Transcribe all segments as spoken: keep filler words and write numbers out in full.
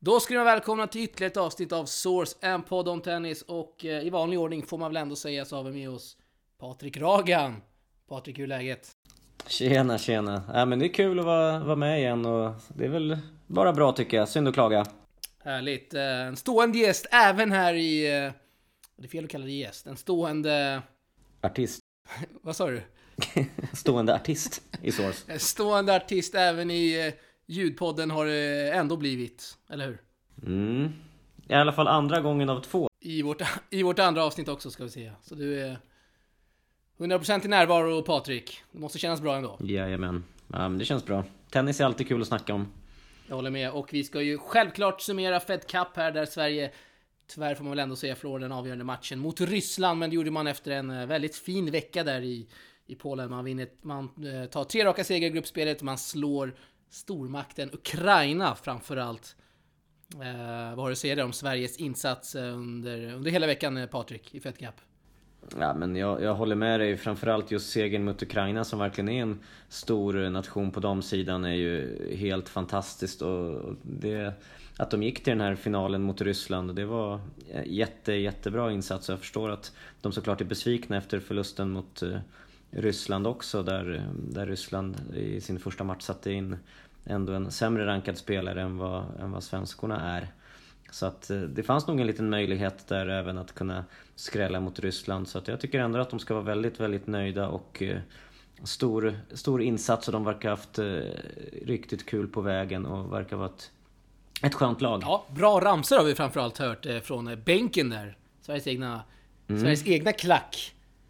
Då ska ni vara välkomna till ytterligare ett avsnitt av Source, en podd om tennis. Och eh, i vanlig ordning får man väl ändå säga så har vi med oss Patrik Ragan. Patrik, hur är läget? Tjena, tjena. Ja, men det är kul att vara, vara med igen och det är väl bara bra tycker jag. Synd att klaga. Härligt. Eh, en stående gäst även här i... Eh, det är fel att kalla det gäst. En stående... Artist. Vad sa du? Stående artist i Source. En stående artist även i... Eh, ljudpodden har det ändå blivit, eller hur? Mm. I alla fall andra gången av två. I vårt, i vårt andra avsnitt också ska vi säga. Så du är hundra procent i närvaro, Patrik. Det måste kännas bra ändå. Jajamän. Ja, men det känns bra. Tennis är alltid kul att snacka om. Jag håller med. Och vi ska ju självklart summera Fed Cup här där Sverige, tyvärr får man väl ändå säga, förlorade den avgörande matchen mot Ryssland. Men det gjorde man efter en väldigt fin vecka där i, i Polen. Man vinner, man eh, tar tre raka segrar i gruppspelet. Man slår stormakten Ukraina framförallt. Eh, vad har du att säga om Sveriges insats under, under hela veckan, Patrik, i Fed Cup? Ja, men jag, jag håller med dig. Framförallt just segern mot Ukraina som verkligen är en stor nation på de sidan är ju helt fantastiskt. Och det, att de gick till den här finalen mot Ryssland, det var jätte, jättebra insats. Jag förstår att de såklart är besvikna efter förlusten mot Ryssland också, där, där Ryssland i sin första match satte in ändå en sämre rankad spelare än vad, än vad svenskorna är. Så att det fanns nog en liten möjlighet där även att kunna skrälla mot Ryssland. Så att jag tycker ändå att de ska vara väldigt, väldigt nöjda och eh, stor, stor insats. Och de verkar ha haft eh, riktigt kul på vägen och verkar vara ett, ett skönt lag. Ja, bra ramsor har vi framförallt hört eh, från eh, bänken där. Sveriges egna, mm. Sveriges egna klack.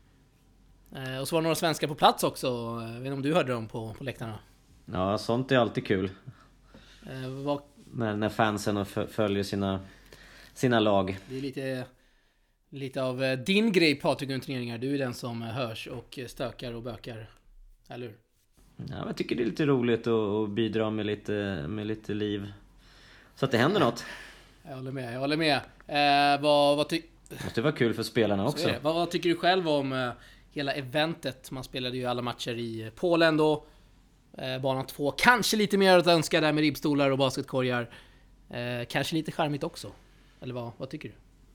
Eh, och så var det några svenskar på plats också. Jag vet inte om du hörde dem på, på läktarna. Ja, sånt är alltid kul. Eh, vad... när, när fansen följer sina, sina lag. Det är lite, lite av eh, din grej, Patrik, under turneringar. Du är den som eh, hörs och stökar och bökar. Eller hur? Ja, jag tycker det är lite roligt att, att bidra med lite, med lite liv. Så att det händer något. Jag håller med, jag håller med. Eh, vad, vad ty- det måste vara kul för spelarna också. Vad, vad tycker du själv om eh, hela eventet? Man spelade ju alla matcher i Polen då. Eh, banan två, kanske lite mer att önska där med ribbstolar och basketkorgar. Eh, kanske lite charmigt också. Eller vad, vad tycker du?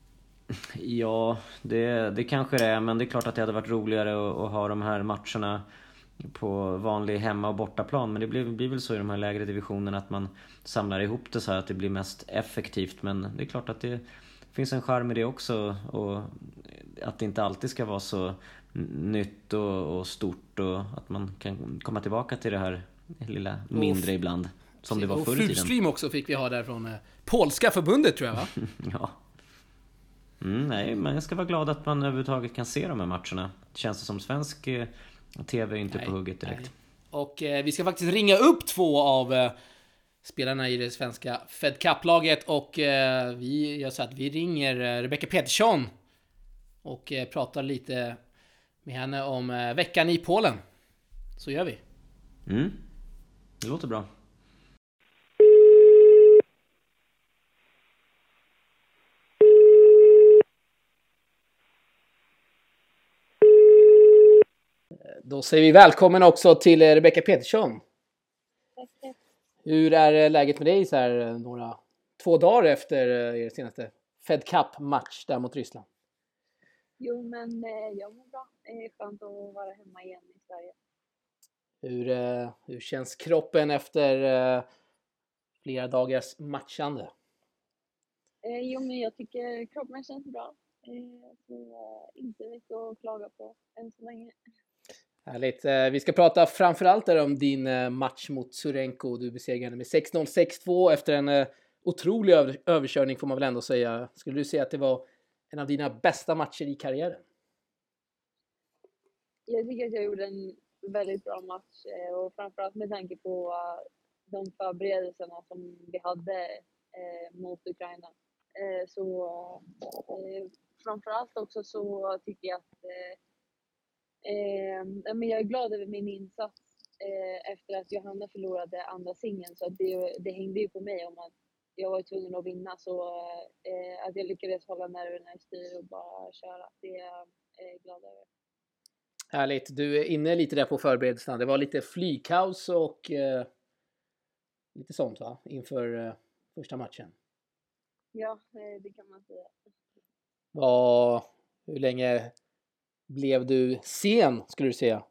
Ja, det, det kanske det är. Men det är klart att det hade varit roligare att, att ha de här matcherna på vanlig hemma- och bortaplan. Men det blir, blir väl så i de här lägre divisionerna att man samlar ihop det så här att det blir mest effektivt. Men det är klart att det finns en charm i det också. Och att det inte alltid ska vara så nytt och, och stort. Och att man kan komma tillbaka till det här lilla mindre och, ibland. Som det var förr i tiden. Och fulstream också fick vi ha där från eh, Polska förbundet, tror jag, va? Ja. Mm, nej, men jag ska vara glad att man överhuvudtaget kan se de här matcherna. Det känns som svensk eh, tv är inte nej, på hugget direkt. Nej. Och eh, vi ska faktiskt ringa upp två av eh, spelarna i det svenska Fed Cup-laget. Och eh, vi, jag sa att vi ringer eh, Rebecca Petersson och eh, pratar lite med henne om eh, veckan i Polen. Så gör vi. Mm, det låter bra. Då säger vi välkommen också till Rebecca Petersson. Tack. Hur är läget med dig så här några två dagar efter er senaste Fed Cup-match där mot Ryssland? Jo, men jag mår bra. Det är skönt att vara hemma igen i Sverige. Hur, hur känns kroppen efter flera dagars matchande? Jo, men jag tycker kroppen känns bra. Så inte mycket att klaga på än så länge. Härligt. Vi ska prata framförallt om din match mot Surenko. Du besegrade henne med sex noll sex två efter en otrolig överkörning, får man väl ändå säga. Skulle du säga att det var en av dina bästa matcher i karriären? Jag tycker att jag gjorde en väldigt bra match. Och framförallt med tanke på de förberedelserna som vi hade mot Ukraina. Så framförallt också så tycker jag att Eh, men jag är glad över min insats eh, efter att Johanna förlorade andra singeln, så att det, det hängde ju på mig om att jag var tvungen att vinna, så eh, att jag lyckades hålla nerverna i styr och bara köra, det är jag eh, glad över. Härligt, du är inne lite där på förberedelserna. Det var lite flygkaos och eh, lite sånt, va? Inför eh, första matchen. Ja, eh, det kan man säga. Vad, hur länge blev du sen, skulle du säga?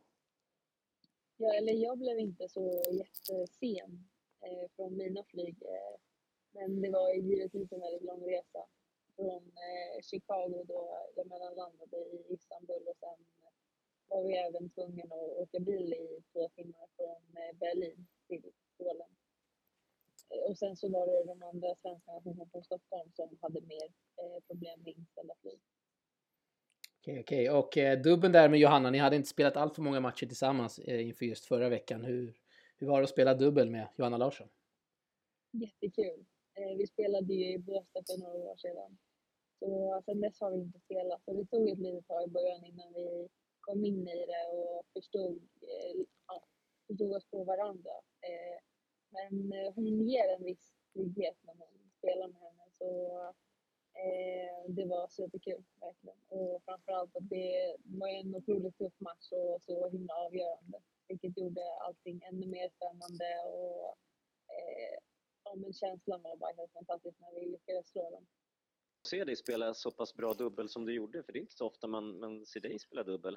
Ja, eller jag blev inte så jättesen eh, från mina flyg. Eh, men det var givetvis en väldigt lång resa. Från eh, Chicago då jag mellanlandade i Istanbul och sen var vi även tvungna att åka bil i två timmar från eh, Berlin till Polen. Eh, och sen så var det de andra svenskarna som kom från Stockholm som hade mer eh, problem med inställda flyg. Okej, okej. Och eh, dubben där med Johanna, ni hade inte spelat allt för många matcher tillsammans eh, inför just förra veckan. Hur, hur var det att spela dubbel med Johanna Larsson? Jättekul. Eh, vi spelade ju i Båstad för några år sedan. Så sen dess har vi inte spelat. Så det tog ett litet tag i början innan vi kom in i det och förstod, eh, ja, förstod oss på varandra. Eh, men eh, hon ger en viss trygghet när man spelar med henne. Så eh, det var superkul, verkligen. Och framförallt att det var en otroligt tuff match och så himla avgörande. Vilket gjorde allting ännu mer spännande och eh, ja, men känslan var bara helt fantastisk när vi lyckades slå dem. Se dig spela så pass bra dubbel som du gjorde, för det är inte så ofta man, man ser dig spela dubbel.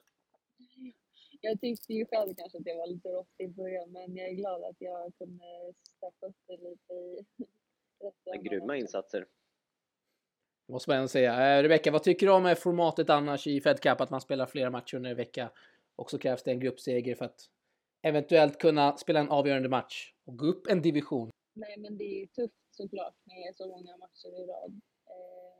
Jag tyckte ju själv kanske att jag var lite rostig i början, men jag är glad att jag kunde steppa upp det lite i Ja, grymma insatser. Måste man ändå säga. Eh, Rebecka, vad tycker du om formatet annars i Fed Cup, att man spelar flera matcher under en vecka? Och så krävs det en gruppseger för att eventuellt kunna spela en avgörande match och gå upp en division. Nej, men det är tufft såklart med så många matcher i rad. Eh,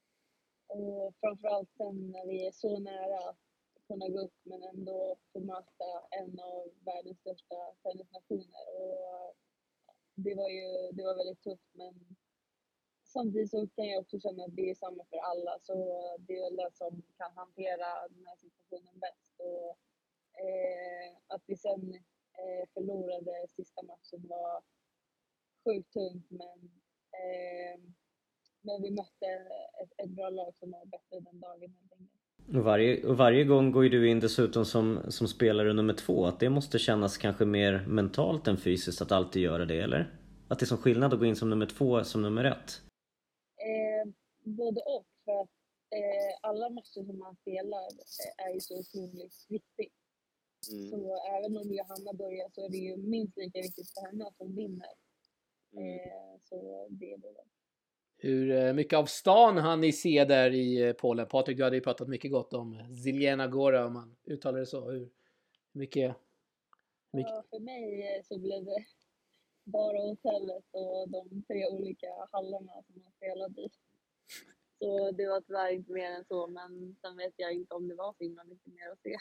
och framförallt sen när vi är så nära att kunna gå upp men ändå få möta en av världens största tennisnationer. Och det var ju det var väldigt tufft, men samtidigt så kan jag också känna att det är samma för alla. Så det är väl den som kan hantera den här situationen bäst. Och eh, att vi sen eh, förlorade sista matchen var sjukt tungt, men, eh, men vi mötte ett, ett bra lag som var bättre den dagen helt enkelt. Och varje, och varje gång går ju du in dessutom som, som spelare nummer två. Att det måste kännas kanske mer mentalt än fysiskt att alltid göra det, eller? Att det är som skillnad att gå in som nummer två som nummer ett? Eh, både och, för att eh, alla matcher som man spelar eh, är ju så otroligt viktigt. Mm. Så även om Johanna börjar så är det ju minst lika viktigt för henne att hon vinner. Mm. Eh, så det är det. Hur mycket av stan han ni se där i Polen? Patrik, du hade ju pratat mycket gott om Zielona Góra, om man uttalar det så. Hur mycket, mycket? Ja, för mig så blev det bara hotellet och de tre olika hallarna som man spelade i. Så det var tyvärr inte mer än så, men sen vet jag inte om det var så himla mycket mer att se.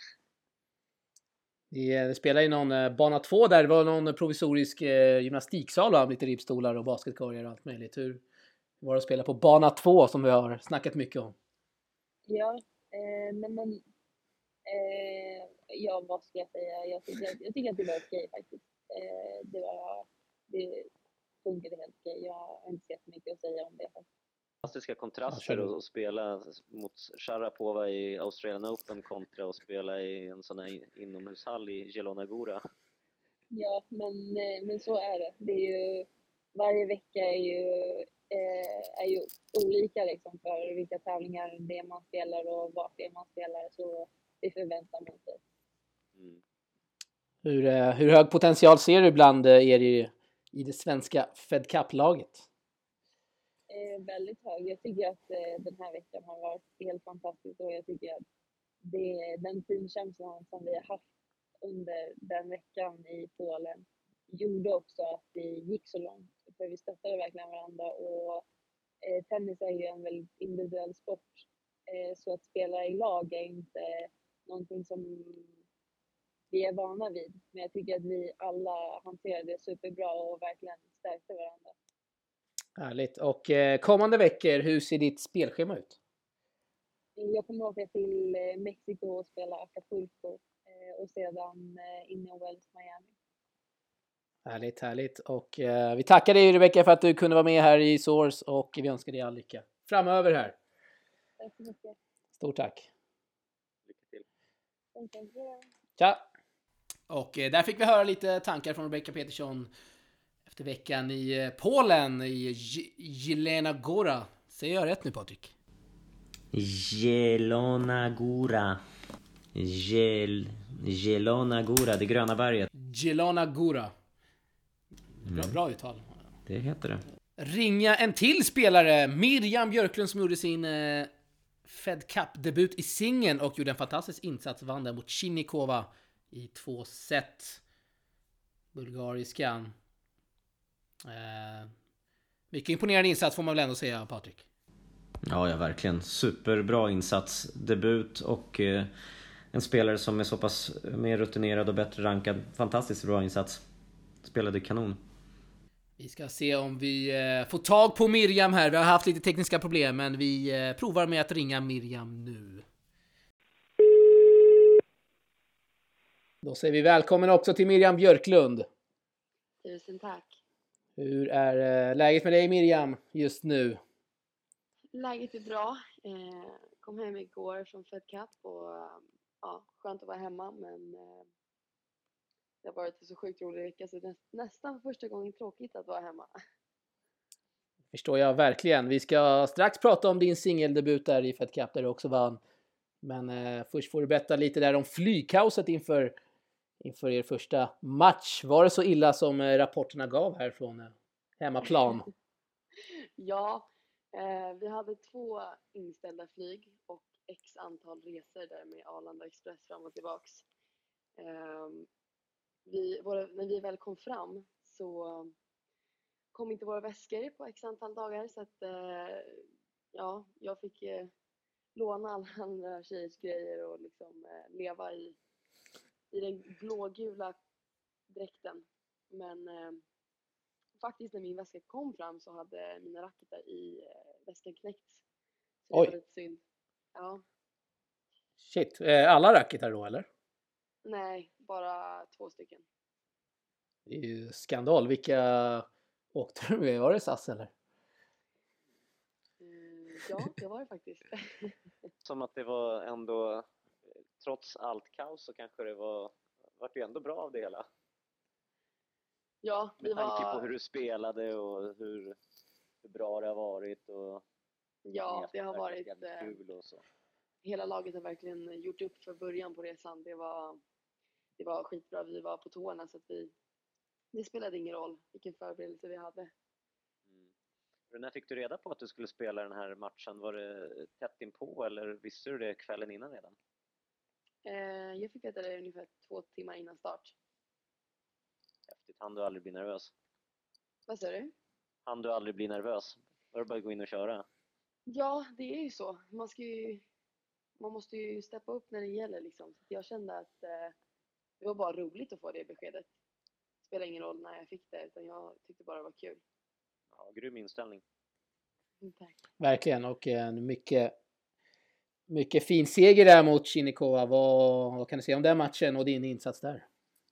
Det spelar ju någon eh, bana två där, det var någon provisorisk eh, gymnastiksal och lite ribbstolar och basketkorgar och allt möjligt. Hur var det att spela på bana två som vi har snackat mycket om? Ja, eh, men, men eh, ja, vad ska jag säga? Jag tycker, jag tycker att det var okej faktiskt. Eh, det var, det funkade helt okej. Jag har inte sett mycket att säga om det faktiskt. Fantastiska kontraster ja, att spela mot Sharapova i Australian Open kontra att spela i en sån här inomhushall i Zielona Góra. Ja, men, men så är det. Det är ju, varje vecka är ju, eh, är ju olika liksom för vilka tävlingar det är man spelar och vart det är man spelar, så det förväntar man sig. Mm. Hur, hur hög potential ser du bland er i, i det svenska Fed Cup-laget? Eh, väldigt hög. Jag tycker att eh, den här veckan har varit helt fantastisk och jag tycker att det, den teamkänslan som vi har haft under den veckan i Polen gjorde också att det gick så långt. För vi stöttade verkligen varandra och eh, tennis är ju en väldigt individuell sport. Eh, så att spela i lag är inte någonting som vi är vana vid. Men jag tycker att vi alla hanterade det superbra och verkligen stärkte varandra. Härligt. Och eh, kommande veckor, hur ser ditt spelschema ut? Jag kommer åka till eh, Mexiko och spela Acapulco eh, och sedan eh, Indian Wells, Miami. Härligt, härligt. Och eh, vi tackar dig, Rebecka, för att du kunde vara med här i Source och vi önskar dig all lycka framöver här. Tack så mycket. Stort tack. Lycka till. Tack, tack. Tja! Och eh, där fick vi höra lite tankar från Rebecka Petersson efter veckan i Polen, i Zielona Góra. Säger jag rätt nu, Patrik? Zielona Góra. Ziel... Zielona Góra, det gröna berget. Zielona Góra. Bra, Mm. bra uttal. Det heter det. Ringa en till spelare, Miriam Björklund, som gjorde sin eh, Fed Cup-debut i singeln och gjorde en fantastisk insats, vann där mot Chinikova i två set. Bulgariskan. Eh, mycket imponerande insats får man väl ändå säga, Patrik. Ja, ja, verkligen. Superbra insats, debut och eh, en spelare som är så pass mer rutinerad och bättre rankad. Fantastiskt bra insats. Spelade kanon. Vi ska se om vi eh, får tag på Miriam här. Vi har haft lite tekniska problem, men vi eh, provar med att ringa Miriam nu. Då säger vi välkommen också till Miriam Björklund. Tusen tack. Hur är eh, läget med dig, Miriam, just nu? Läget är bra. Eh, kom hem igår från Fed Cup och ja, skönt att vara hemma, men eh, det har varit en så sjukt rolig vecka så det är nästan första gången tråkigt att vara hemma. Förstår jag verkligen. Vi ska strax prata om din singeldebut där i Fed Cup där du också vann. Men eh, först får du berätta lite där om flygkaoset inför, inför er första match. Var det så illa som eh, rapporterna gav här från eh, hemmaplan? Ja, eh, vi hade två inställda flyg och x antal resor där med Arlanda Express fram och tillbaks. Eh, vi, våra, när vi väl kom fram så kom inte våra väskor på x antal dagar så att eh, ja, jag fick eh, låna alla andra tjejers grejer och liksom eh, leva i, i den blågula dräkten. Men eh, faktiskt när min väska kom fram så hade mina racketar i eh, väskan knäckts. Så det Oj. var lite synd. Ja. Shit, eh, alla racketar då eller? Nej, bara två stycken. Det är ju skandal. Vilka åkte du med? Var det S A S eller? Mm, ja, det var det faktiskt. Som att det var ändå, trots allt kaos så kanske det var, vart ju ändå bra av det hela. Ja, Med det tanke var... på hur du spelade och hur, hur bra det har varit och Ja, det har varit... jävligt Eh, kul och så. hela laget har verkligen gjort upp för början på resan. Det var, det var skitbra. Vi var på tårna så att vi... Det spelade ingen roll vilken förberedelse vi hade. Mm. När fick du reda på att du skulle spela den här matchen? Var det tätt inpå eller visste du det kvällen innan redan? Eh, jag fick veta det ungefär två timmar innan start. Häftigt. Han du aldrig bli nervös? Vad sa du? Han du aldrig bli nervös? Var det bara att gå in och köra? Ja, det är ju så. Man ska ju... Man måste ju steppa upp när det gäller liksom. Så jag kände att eh, det var bara roligt att få det beskedet. Det spelar ingen roll när jag fick det, utan jag tyckte bara det var kul. Ja, grym inställning. Mm, tack. Verkligen, och en mycket, mycket fin seger där mot Chinikova. Vad, vad kan du säga om den matchen och din insats där?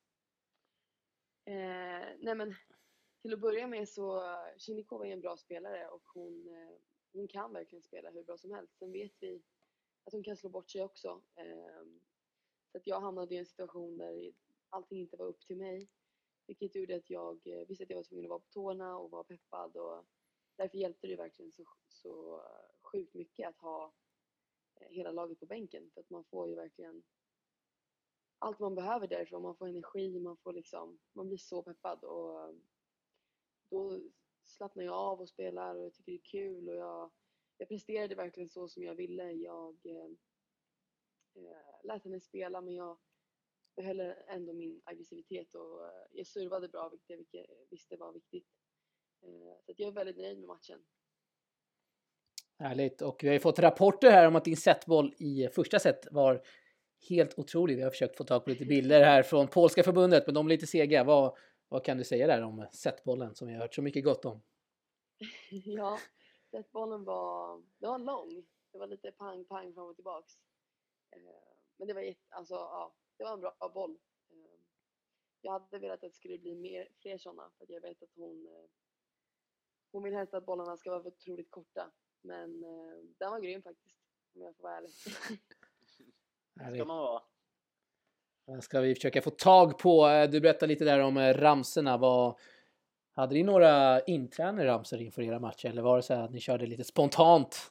Eh, nej men, till att börja med så Chinikova är en bra spelare och hon, eh, hon kan verkligen spela hur bra som helst. Sen vet vi att hon kan slå bort sig också. Eh, så att jag hamnade i en situation där allting inte var upp till mig. Vilket gjorde att jag eh, visste att jag var tvungen att vara på tårna och vara peppad. Och därför hjälpte det verkligen så, så sjukt mycket att ha eh, hela laget på bänken. För att man får ju verkligen allt man behöver därifrån. Man får energi, man får liksom, man blir så peppad. Och då slappnar jag av och spelar och jag tycker det är kul. Och jag, jag presterade verkligen så som jag ville. Jag eh, lät henne spela men jag behöll ändå min aggressivitet och eh, jag servade bra vilket jag visste var viktigt. Eh, så att jag är väldigt nöjd med matchen. Härligt, och vi har ju fått rapporter här om att din setboll i första set var helt otrolig. Vi har försökt få tag på lite bilder här från polska förbundet, men de är lite sega. Vad, vad kan du säga där om setbollen som vi har hört så mycket gott om? Ja, setbollen var, det var lång. Det var lite pang, pang fram och tillbaks. Eh, men det var, jätte, alltså, ja, det var en bra boll. Eh, jag hade velat att det skulle bli mer, fler sådana, för att jag vet att hon, eh, hon vill helst att bollarna ska vara otroligt korta. Men eh, den var grym faktiskt, om jag får vara ärlig. Ska man vara? Den ska vi försöka få tag på. Du berättade lite där om ramserna. Vad Hade ni några intränade ramsor inför era matcher eller var det så här att ni körde lite spontant?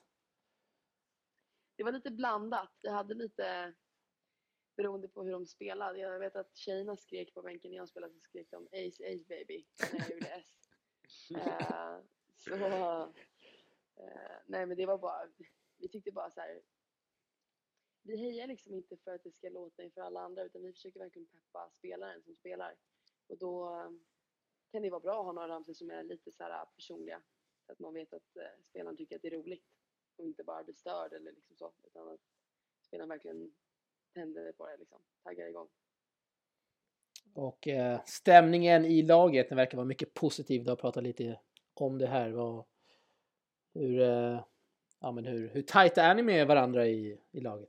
Det var lite blandat. Jag hade lite beroende på hur de spelade. Jag vet att tjejerna skrek på bänken när jag spelade, så skrek de Ace Ace baby när jag gjorde S. uh, så uh, nej, men det var bara, vi tyckte bara så här. Vi hejar liksom inte för att det ska låta inför alla andra, utan vi försöker verkligen peppa spelaren som spelar. Och då uh, kan det vara bra att ha några ramsor som är lite så här personliga, så att man vet att uh, spelaren tycker att det är roligt och inte bara blir störd eller liksom så, utan att spelaren verkligen tänder på det, liksom taggar igång. Och eh, stämningen i laget, den verkar vara mycket positiv. Du har pratat lite om det här. Vad, hur, eh, ja, men hur, hur tajta är ni med varandra i, i laget?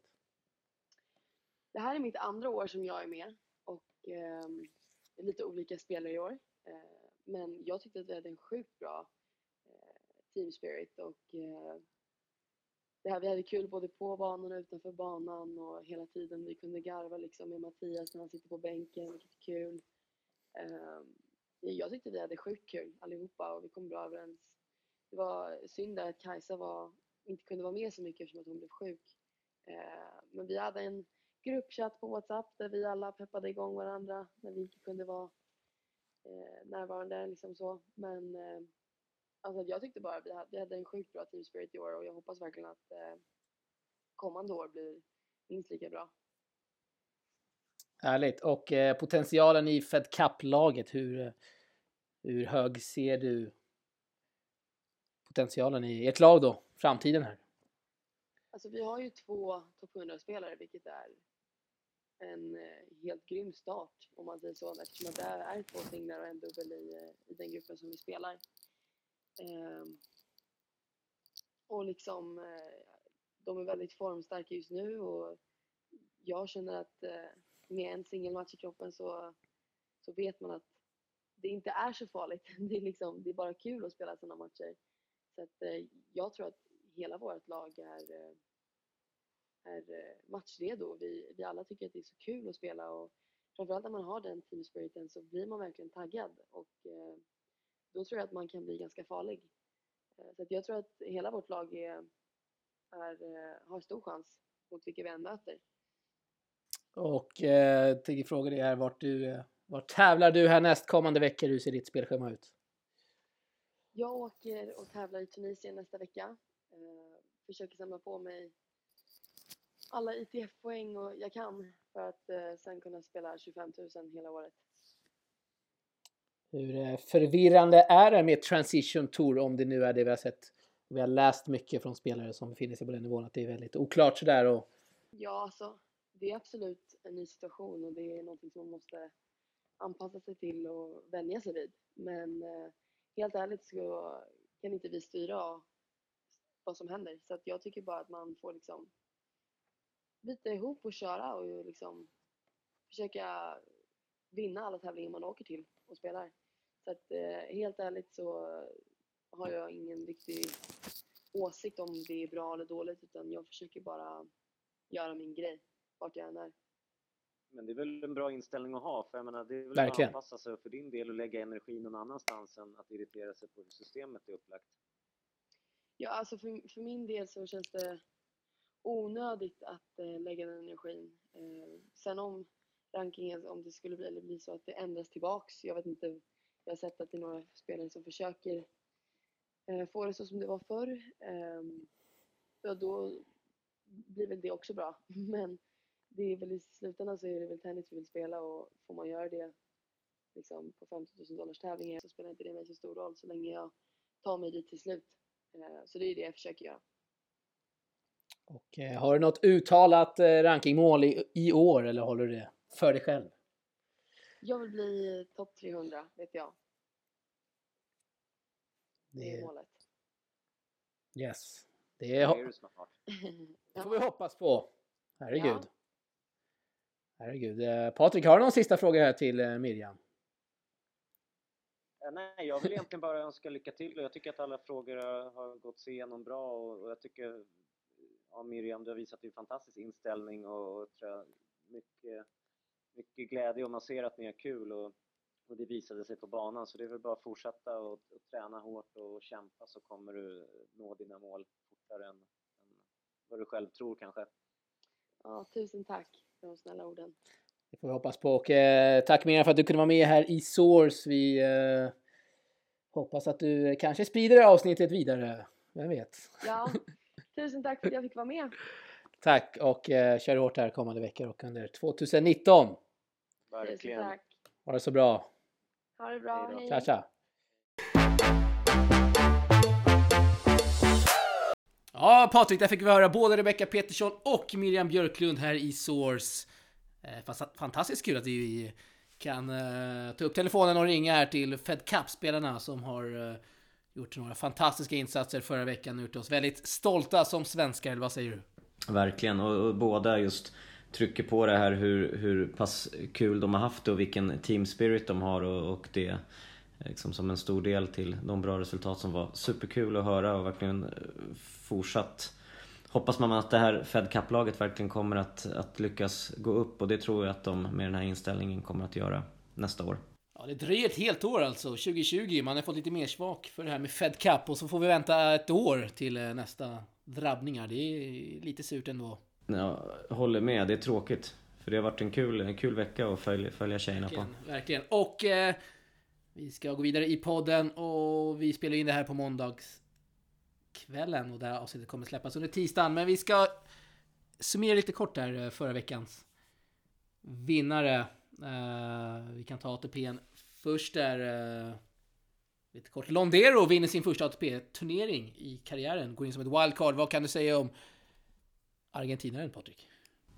Det här är mitt andra år som jag är med och eh, är lite olika spelare i år. Eh, men jag tyckte att vi hade en sjukt bra eh, team spirit och eh, det här, vi hade kul både på banan och utanför banan och hela tiden. Vi kunde garva liksom med Mattias när han sitter på bänken, vilket är kul. Eh, jag tyckte vi hade sjukt kul allihopa och vi kom bra överens. Det var synd att Kajsa var, inte kunde vara med så mycket eftersom att hon blev sjuk. Eh, men vi hade en gruppchatt på WhatsApp där vi alla peppade igång varandra när vi inte kunde vara eh, närvarande liksom så. Men eh, alltså jag tyckte bara att vi hade, vi hade en sjukt bra team spirit i år och jag hoppas verkligen att eh, kommande år blir minst lika bra. Härligt. Och eh, potentialen i Fed Cup-laget, hur, hur hög ser du potentialen i ert lag då, framtiden här? Alltså vi har ju två topp hundra-spelare, vilket är en eh, helt grym start om man säger så, eftersom att det är två singlar och en dubbel i, i den gruppen som vi spelar. Eh, och liksom eh, de är väldigt formstarka just nu och jag känner att eh, med en singelmatch i kroppen så, så vet man att det inte är så farligt. Det är, liksom, det är bara kul att spela sådana matcher. Så att, eh, jag tror att hela vårt lag är, eh, är eh, matchredo. Vi, vi alla tycker att det är så kul att spela och framförallt när man har den teamspiriten så blir man verkligen taggad och eh, då tror jag att man kan bli ganska farlig. Eh, så att jag tror att hela vårt lag är, är, eh, har stor chans mot vilka vi än möter. Och eh, jag tänker fråga dig här, vart, du, eh, vart tävlar du här nästkommande vecka? Hur ser ditt spelschema ut? Jag åker och tävlar i Tunisien nästa vecka. Eh, försöker samla på mig alla I T F-poäng och jag kan för att eh, sen kunna spela tjugofem tusen hela året. Hur eh, förvirrande är det med Transition Tour, om det nu är det vi har sett? Vi har läst mycket från spelare som befinner sig på den nivån att det är väldigt oklart sådär. Och... Ja, alltså det är absolut en ny situation och det är någonting som man måste anpassa sig till och vänja sig vid. Men eh, helt ärligt så kan inte vi styra vad som händer. Så att jag tycker bara att man får liksom bita ihop och köra och liksom försöka vinna alla tävlingar man åker till och spelar. Så att eh, helt ärligt så har jag ingen riktig åsikt om det är bra eller dåligt, utan jag försöker bara göra min grej vart jag än är. Men det är väl en bra inställning att ha, för jag menar, det är väl Verkligen. att anpassa sig för din del och lägga energi någon annanstans än att irritera sig på hur systemet är upplagt. Ja, alltså för, för min del så känns det onödigt att eh, lägga den energin. Eh, sen om rankingen, om det skulle bli, eller bli så att det ändras tillbaks, jag vet inte, jag har sett att det är några spelare som försöker eh, få det så som det var förr. Eh, så då blir väl det också bra. Men det är väl i slutändan så är det väl tennis vi vill spela och får man göra det liksom på femtio tusen dollars tävlingar så spelar inte det mig så stor roll så länge jag tar mig dit till slut. Eh, så det är det jag försöker göra. Och eh, har du något uttalat eh, rankingmål i, i år eller håller du det för dig själv? Jag vill bli topp trehundra, vet jag. Det är Det, målet. yes. Det Det är, är du snart. det får vi hoppas på. Herregud. Ja. Herregud. Eh, Patrik, har du någon sista fråga här till eh, Miriam? Ja, nej, jag vill egentligen bara önska lycka till och jag tycker att alla frågor har, har gått sig igenom bra och, och jag tycker, ja, Miriam, du har visat en fantastisk inställning och, och tror jag, mycket, mycket glädje och man ser att ni har kul och och det visade sig på banan, så det är väl bara att fortsätta och, och träna hårt och kämpa, så kommer du nå dina mål fortare än, än vad du själv tror kanske. Ja, tusen tack för de snälla orden. Det får vi hoppas på. Och eh, tack mer för att du kunde vara med här i Source. Vi eh, hoppas att du kanske sprider det här avsnittet vidare. Vem vet? Ja, tusen tack för att jag fick vara med. Tack, och eh, kör hårt här kommande veckor och under tjugonitton. Verkligen. Tusen tack. Ha det så bra. Ha det bra. Hej. Tja, tja. Ja, Patrik, där fick vi höra både Rebecca Petersson och Miriam Björklund här i Source. Eh, fantastiskt kul att vi kan eh, ta upp telefonen och ringa här till Fed Cup-spelarna som har eh, gjort några fantastiska insatser förra veckan, gjort oss väldigt stolta som svenskar, eller vad säger du? Verkligen, och, och båda just trycker på det här hur, hur pass kul de har haft det och vilken team spirit de har, och, och det liksom som en stor del till de bra resultat som var superkul att höra, och verkligen fortsatt hoppas man att det här Fed Cup-laget verkligen kommer att, att lyckas gå upp, och det tror jag att de med den här inställningen kommer att göra nästa år. Ja, det dröjer ett helt år alltså, tjugo tjugo. Man har fått lite mer svak för det här med Fed Cup, och så får vi vänta ett år till nästa drabbningar. Det är lite surt ändå. Ja, håller med, det är tråkigt. För det har varit en kul, en kul vecka att följa, följa tjejerna verkligen, på. Verkligen. Och eh, vi ska gå vidare i podden, och vi spelar in det här på måndagskvällen, och det här avsnittet kommer släppas under tisdagen. Men vi ska summera lite kort där förra veckans vinnare. Uh, vi kan ta A T P:n först där. Uh, lite kort. Londero vinner sin första A T P-turnering i karriären. Går in som ett wildcard. Vad kan du säga om argentinaren, Patrik?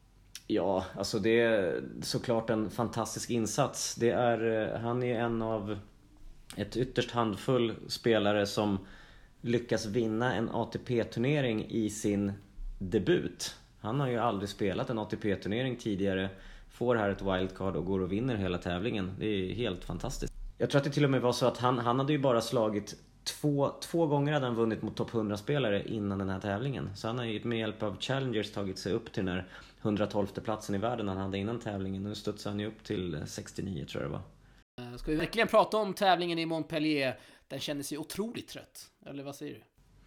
Ja, alltså det är såklart en fantastisk insats. Det är, han är en av ett ytterst handfull spelare som lyckas vinna en A T P-turnering i sin debut. Han har ju aldrig spelat en A T P-turnering tidigare. Får här ett wildcard och går och vinner hela tävlingen. Det är helt fantastiskt. Jag tror att det till och med var så att han, han hade ju bara slagit två, två gånger hade han vunnit mot topp hundra-spelare innan den här tävlingen. Så han har ju med hjälp av Challengers tagit sig upp till den här hundratolfte platsen i världen han hade innan tävlingen. Nu studsar han ju upp till sextionio, tror jag det var. Ska vi verkligen prata om tävlingen i Montpellier? Den kändes ju otroligt trött. Eller vad säger du?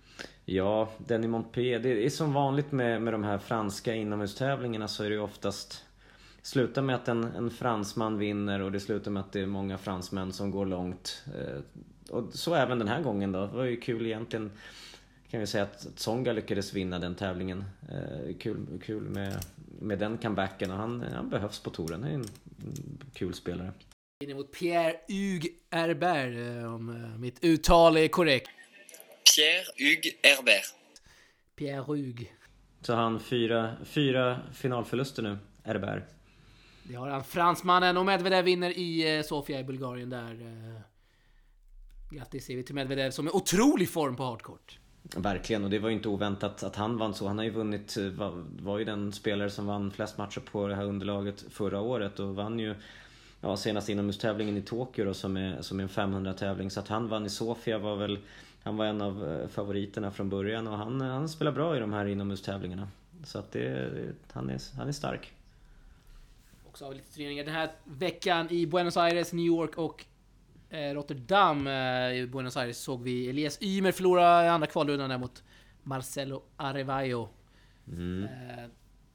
Ja, den i Montpellier. Det är som vanligt med, med de här franska inomhustävlingarna, så är det ju oftast slutar med att en, en fransman vinner, och det slutar med att det är många fransmän som går långt. Och så även den här gången då. Det var ju kul egentligen, kan vi säga, att Tsonga lyckades vinna den tävlingen. Kul, kul med, med den comebacken, och han, han behövs på touren. Han är en kul spelare. In mot Pierre-Hugues Herbert, om mitt uttal är korrekt. Pierre-Hugues Herbert. Pierre-Hugues. Så han fyra, fyra finalförluster nu, Herbert. Det har han, fransmannen, och Medvedev vinner i Sofia i Bulgarien där. Grattis säger vi till Medvedev som är otrolig form på hardcourt. Verkligen, och det var ju inte oväntat att han vann så. Han har ju vunnit, var, var ju den spelare som vann flest matcher på det här underlaget förra året, och vann ju ja, senast inomhustävlingen i Tokyo då, som är, som är en femhundra-tävling. Så att han vann i Sofia var väl, han var en av favoriterna från början, och han, han spelar bra i de här inomhustävlingarna. Så att det, han, är, han är stark. Också har vi lite turneringar den här veckan i Buenos Aires, New York och eh, Rotterdam. Eh, I Buenos Aires såg vi Elias Ymer förlora i andra kvalrundan där mot Marcelo Arevallo. Mm. Eh,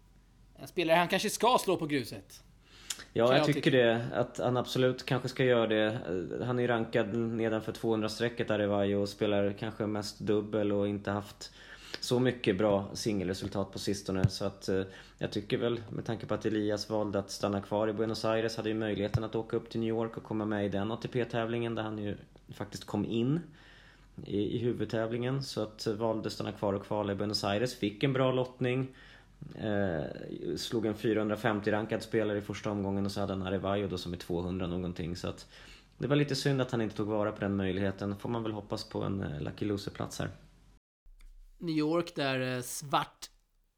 en spelare han kanske ska slå på gruset. Ja, jag, jag tycker det. Att han absolut kanske ska göra det. Han är rankad nedanför tvåhundra-strecket Arevallo och spelar kanske mest dubbel och inte haft så mycket bra singelresultat på sistone. Så att eh, jag tycker väl, med tanke på att Elias valde att stanna kvar i Buenos Aires, hade ju möjligheten att åka upp till New York och komma med i den A T P-tävlingen där han ju faktiskt kom in i, i huvudtävlingen. Så att eh, valde stanna kvar och kvala i Buenos Aires, fick en bra lottning. Eh, slog en fyrahundrafemtio rankad spelare i första omgången, och så hade han Arevallo då som är tvåhundra någonting. Så att det var lite synd att han inte tog vara på den möjligheten. Får man väl hoppas på en eh, Lucky Loser-plats här. New York där, eh, svart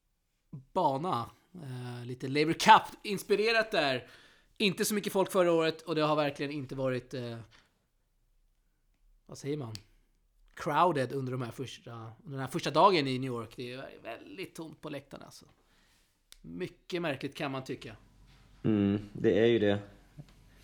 bana, eh, lite Laver Cup inspirerat där. Inte så mycket folk förra året, och det har verkligen inte varit eh, vad säger man, crowded under de här första under den här första dagen i New York. Det är väldigt tomt på läktarna alltså. Mycket märkligt kan man tycka. Mm, det är ju det.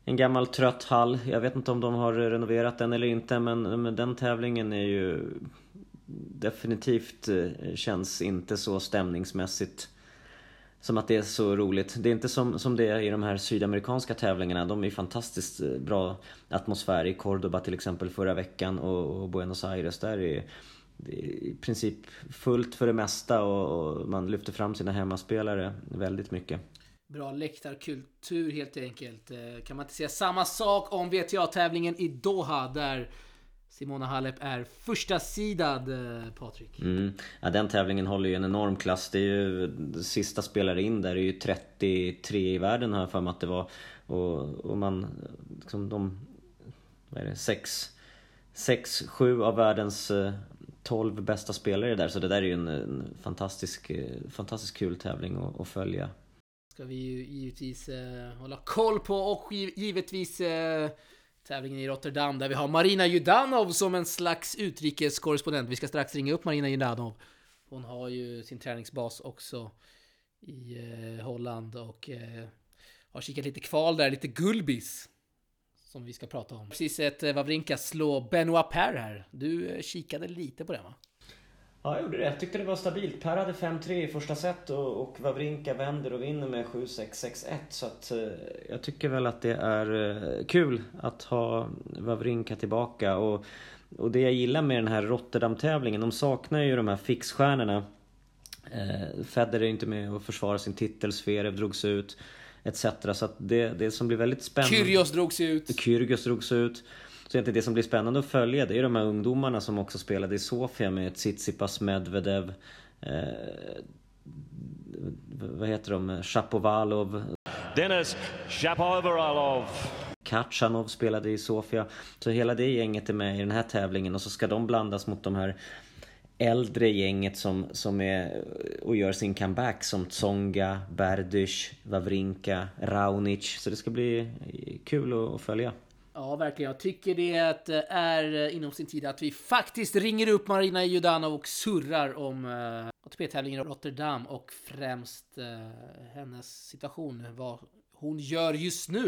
en gammal trött hall. Jag vet inte om de har renoverat den eller inte, men, men den tävlingen är ju definitivt känns inte så stämningsmässigt som att det är så roligt. Det är inte som, som det är i de här sydamerikanska tävlingarna. De är fantastiskt bra atmosfär i Cordoba till exempel förra veckan och, och Buenos Aires. Där är det är i princip fullt för det mesta och, och man lyfter fram sina hemmaspelare väldigt mycket. Bra läktarkultur helt enkelt. Kan man inte säga samma sak om V T A-tävlingen i Doha där Simona Halep är första sidad, Patrik? Mm. Ja, den tävlingen håller ju en enorm klass. Det är ju sista spelare in där är ju trettiotre i världen här för mig att det var. Och, och man liksom de vad är det, sex, sex, sju av världens tolv bästa spelare där. Så det där är ju en, en fantastisk, fantastisk kul tävling att, att följa. Ska vi ju givetvis eh, hålla koll på och givetvis eh, tävlingen i Rotterdam där vi har Marina Judanov som en slags utrikeskorrespondent. Vi ska strax ringa upp Marina Judanov. Hon har ju sin träningsbas också i eh, Holland och eh, har kikat lite kval där, lite Gulbis som vi ska prata om. Precis ett eh, Wawrinka slå Benoit Paire här. Du eh, kikade lite på det, va? Ja, jag gjorde det. Jag tyckte det var stabilt. Per hade fem tre i första set och, och Wawrinka vänder och vinner med sju sex sex ett. Så att, eh, jag tycker väl att det är eh, kul att ha Wawrinka tillbaka. Och, och det jag gillar med den här Rotterdam-tävlingen, de saknar ju de här fixstjärnorna. Eh, Federer är inte med och försvara sin titel, Zverev drogs ut, et cetera. Så att det, det som blir väldigt spännande... Kyrgios drogs ut. Kyrgios drogs ut. Så inte det som blir spännande att följa, det är de här ungdomarna som också spelade i Sofia med Tsitsipas, Medvedev, eh, vad heter de, Shapovalov, Denis Shapovalov, Kachanov spelade i Sofia. Så hela det gänget är med i den här tävlingen och så ska de blandas mot de här äldre gänget som, som är och gör sin comeback som Tsonga, Berdych, Wawrinka, Raonic. Så det ska bli kul att, att följa. Ja, verkligen. Jag tycker det är inom sin tid att vi faktiskt ringer upp Marina Judanov och surrar om uh, A T P-tävlingen i Rotterdam och främst uh, hennes situation, vad hon gör just nu.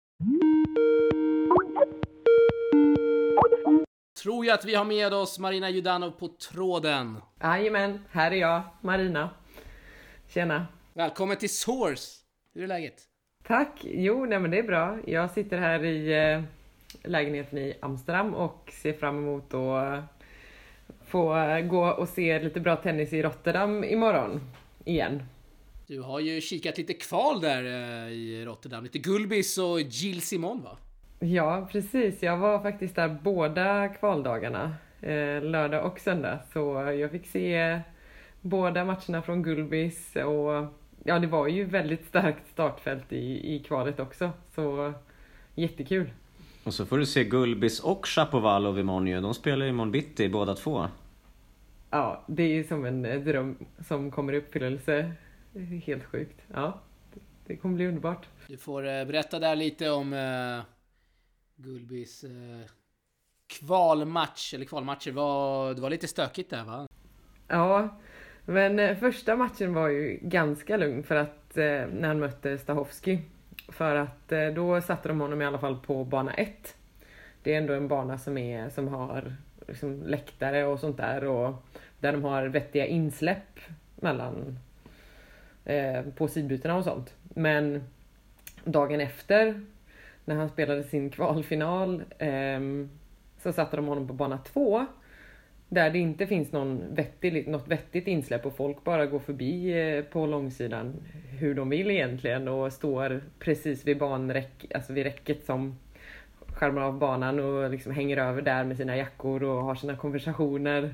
Tror jag att vi har med oss Marina Judanov på tråden. Jajamän, här är jag, Marina. Tjena. Välkommen till Source. Hur är läget? Tack. Jo, nej men det är bra. Jag sitter här i eh, lägenheten i Amsterdam och ser fram emot att få eh, gå och se lite bra tennis i Rotterdam imorgon igen. Du har ju kikat lite kval där eh, i Rotterdam. Lite Gulbis och Gilles Simon, va? Ja, precis. Jag var faktiskt där båda kvaldagarna. Eh, lördag och söndag. Så jag fick se båda matcherna från Gulbis och... Ja, det var ju väldigt starkt startfält i, i kvalet också. Så jättekul. Och så får du se Gulbis och Shapovalov imorgon ju. De spelar imorgon bitti båda två. Ja, det är ju som en dröm som kommer i uppfyllelse. Helt sjukt. Ja, det kommer bli underbart. Du får eh, berätta där lite om eh, Gulbis eh, kvalmatch. Eller kvalmatcher. Var, det var lite stökigt där, va? Ja, men eh, första matchen var ju ganska lugn för att eh, när han mötte Stahovski. För att eh, då satte de honom i alla fall på bana ett. Det är ändå en bana som, är, som har liksom, läktare och sånt där. Och där de har vettiga insläpp mellan eh, på sidbytena och sånt. Men dagen efter när han spelade sin kvalfinal eh, så satte de honom på bana två. Där det inte finns någon vettig, något vettigt insläpp och folk bara går förbi på långsidan hur de vill egentligen och står precis vid banräck, alltså vid räcket som skärmar av banan och liksom hänger över där med sina jackor och har sina konversationer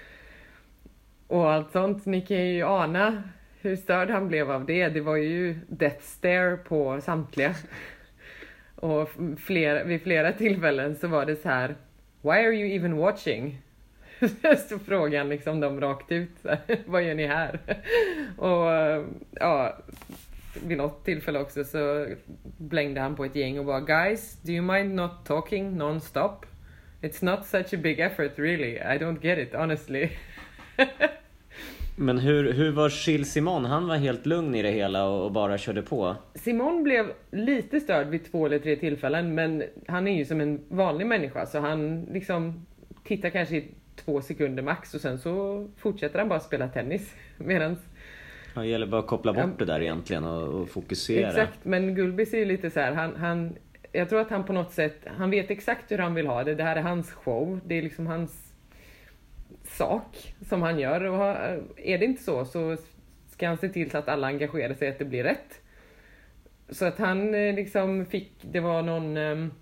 och allt sånt. Ni kan ju ana hur störd han blev av det. Det var ju death stare på samtliga. Och flera, vid flera tillfällen så var det så här: why are you even watching? Så frågan liksom dem rakt ut. Vad gör ni här? Och ja, vid något tillfälle också så blängde han på ett gäng och bara: guys, do you mind not talking non-stop? It's not such a big effort really. I don't get it, honestly. Men hur, hur var Gilles Simon? Han var helt lugn i det hela och, och bara körde på. Simon blev lite störd vid två eller tre tillfällen, men han är ju som en vanlig människa, så han liksom tittar kanske i två sekunder max och sen så fortsätter han bara spela tennis. Medans Det gäller bara att koppla bort Ja. det där egentligen och, och fokusera. Exakt, men Gulbis är ju lite så här, han, han, jag tror att han på något sätt, han vet exakt hur han vill ha det. Det här är hans show, det är liksom hans sak som han gör. Och är det inte så, så ska han se till så att alla engagerar sig att det blir rätt. Så att han eh, liksom fick, det var någon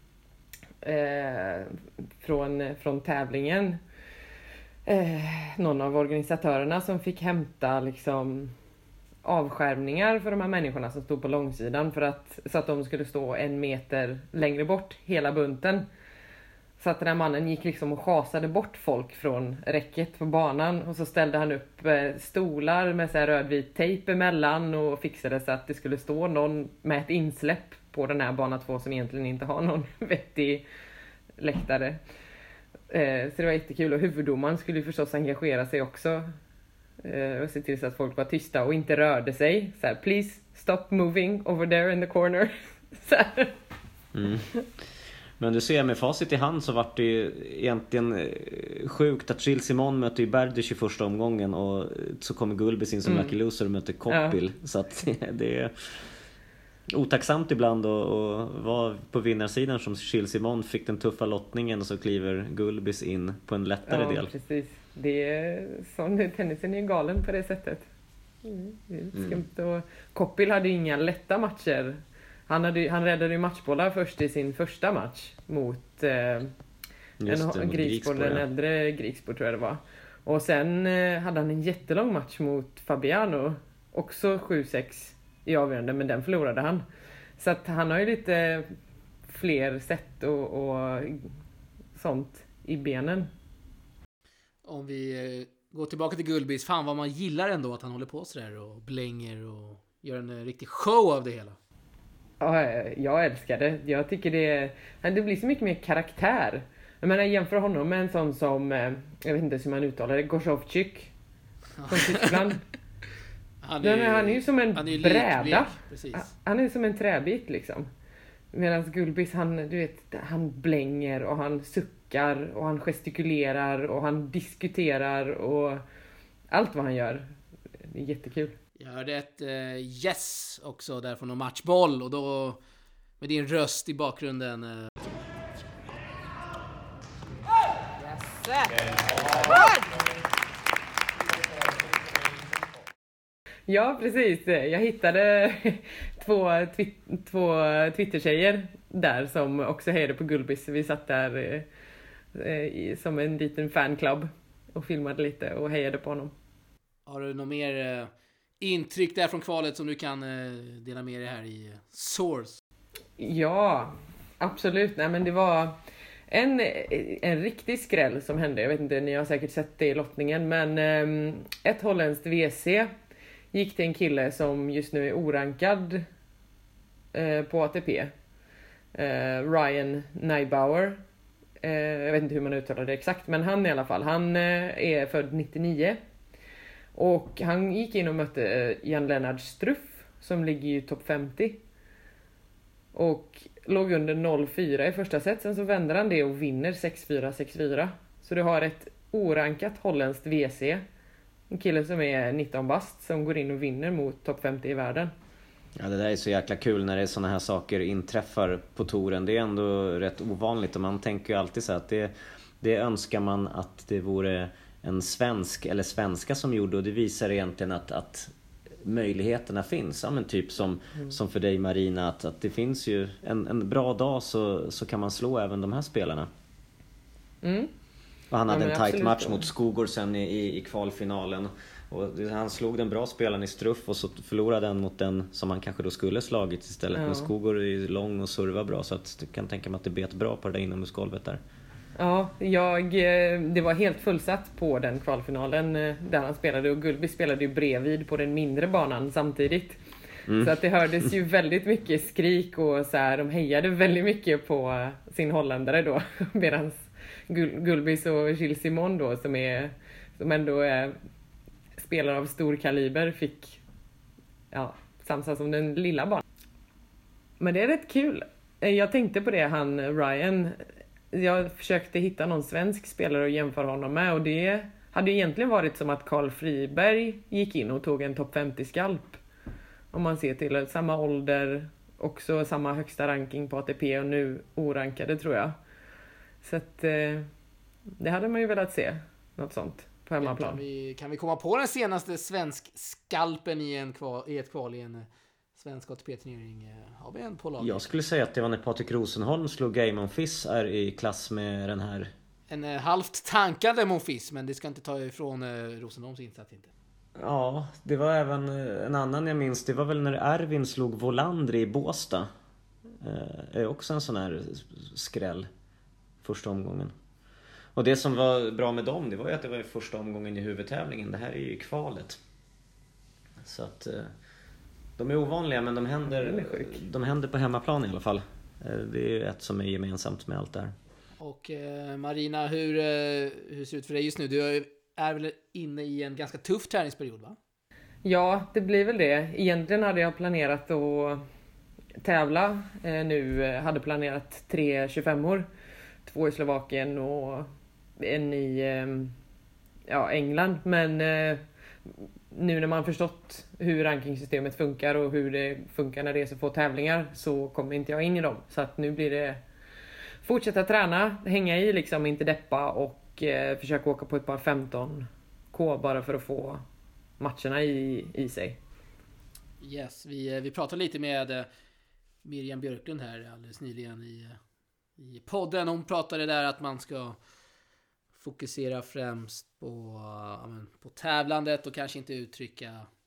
eh, från, från tävlingen, eh, någon av organisatörerna som fick hämta liksom avskärmningar för de här människorna som stod på långsidan, för att, så att de skulle stå en meter längre bort, hela bunten. Så att den här mannen gick liksom och chasade bort folk från räcket på banan, och så ställde han upp eh, stolar med så här rödvit tejp emellan och fixade så att det skulle stå någon med ett insläpp på den här bana två som egentligen inte har någon vettig läktare. Eh, så det var jättekul, och huvuddomaren skulle ju förstås engagera sig också eh, och se till så att folk var tysta och inte rörde sig. Så här, please stop moving over there in the corner. Så här. Mm. Men du ser, med facit i hand så var det ju egentligen sjukt att Gilles Simon mötte ju Berdych i första omgången, och så kommer Gulbis in som Mm. lucky loser och möter Koppil. Ja. Så att det är otacksamt ibland att, att vara på vinnarsidan som Gilles Simon fick den tuffa lottningen, och så kliver Gulbis in på en lättare Ja, del. precis. Det är sån, tennisen är ju galen på det sättet. Mm, det är skumt. Och Koppil hade ju inga lätta matcher. Han, hade, han räddade ju matchbollar först i sin första match mot eh, Just det, en mot Griksbo, den ja. äldre Griksbo tror jag det var. Och sen eh, hade han en jättelång match mot Fabiano, också sju sex i avgörande, men den förlorade han. Så att han har ju lite fler sätt och, och sånt i benen. Om vi eh, går tillbaka till Gulbis, fan vad man gillar ändå att han håller på så där och blänger och gör en eh, riktig show av det hela. Ja, jag älskar det. Jag tycker det, det blir så mycket mer karaktär. Jag menar, jämför honom med en sån som, jag vet inte hur man uttalar det, Gorzovczyk från Tyskland. Han är, han är ju som en han är bräda. likblek, precis. Han är som en träbit liksom. Medan Gulbis, han, du vet, han blänger och han suckar och han gestikulerar och han diskuterar och allt vad han gör. Det är jättekul. Jag hörde ett eh, yes också där från någon matchboll, och då med din röst i bakgrunden. Eh. Ja, precis. Jag hittade två, twi- två Twitter-tjejer där som också hejade på Gulbis. Vi satt där eh, i, som en liten fanclub och filmade lite och hejade på honom. Har du något mer eh, intryck där från kvalet som du kan eh, dela med dig här i eh, Source? Ja, absolut. Nej, men det var en, en riktig skräll som hände. Jag vet inte, ni har säkert sett det i lottningen, men eh, ett holländskt V C gick till en kille som just nu är orankad eh, på A T P. Eh, Ryan Neibauer. Eh, jag vet inte hur man uttalar det exakt, men han i alla fall. Han eh, är född nittionio. Och han gick in och mötte eh, Jan-Lennard Struff som ligger i topp femtio. Och låg under noll fyra i första set. Sen så vänder han det och vinner sex fyra, sex fyra. Så du har ett orankat holländskt V C. En kille som är nitton bast som går in och vinner mot topp femtio i världen. Ja, det där är så jäkla kul när det är såna här saker inträffar på touren. Det är ändå rätt ovanligt, och man tänker ju alltid så att det, det önskar man att det vore en svensk eller svenska som gjorde, och det visar egentligen att, att möjligheterna finns. Ja, men typ som, mm. som för dig Marina, att, att det finns ju en, en bra dag så, så kan man slå även de här spelarna. Mm. Och han hade ja, en tight absolut. match mot Skogor sen i, i, i kvalfinalen. Och han slog den bra spelaren i Struff, och så förlorade han mot den som han kanske då skulle slagit istället. Ja. Men Skogor är lång och servar bra, så att du kan tänka mig att det bet bra på det där inomhusgolvet där. Ja, jag, det var helt fullsatt på den kvalfinalen där han spelade, och Gulbis spelade ju bredvid på den mindre banan samtidigt. Mm. Så att det hördes ju väldigt mycket skrik och så här, de hejade väldigt mycket på sin holländare då, medan Gul- Gulbis och Gilles Simon då som är som ändå är spelare av stor kaliber fick ja, samsas som den lilla banan. Men det är rätt kul. Jag tänkte på det, han Ryan. Jag försökte hitta någon svensk spelare att jämföra honom med, och det hade egentligen varit som att Carl Friberg gick in och tog en topp femtio-skalp. Om man ser till samma ålder, också samma högsta ranking på A T P och nu orankade tror jag. Så att eh, det hade man ju velat se, något sånt på hemmaplan. Kan vi, kan vi komma på den senaste svensk skalpen i, en kval, i ett kval i en svensk A T P-turnering? Har vi en på laget? Jag skulle säga att det var när Patrik Rosenholm slog Game on Fizz är i klass med den här. En eh, halvt tankande Monfils, men det ska inte ta ifrån eh, Rosenholms insats inte. Ja, det var även en annan jag minns. Det var väl när Erwin slog Volander i Båstad. Eh, är också en sån här skräll första omgången. Och det som var bra med dem, det var ju att det var första omgången i huvudtävlingen. Det här är ju kvalet. Så att eh, de är ovanliga, men de händer, de händer på hemmaplan i alla fall. Eh, det är ju ett som är gemensamt med allt det här. Och eh, Marina, hur, eh, hur ser det ut för dig just nu? Du är väl inne i en ganska tuff träningsperiod, va? Ja, det blir väl det. Egentligen hade jag planerat att tävla. Eh, nu eh, hade planerat tre tjugofemmor. Två i Slovakien och en i eh, ja, England. Men eh, nu när man förstått hur rankingsystemet funkar och hur det funkar när det är så få tävlingar, så kommer inte jag in i dem. Så att nu blir det fortsätta träna, hänga i liksom, inte deppa och eh, försöka åka på ett par femton K bara för att få matcherna i, i sig. Yes, vi, vi pratade lite med eh, Miriam Björklund här alldeles nyligen i, i podden. Hon pratade där att man ska fokusera främst på, ja, men, på tävlandet och kanske inte uttrycka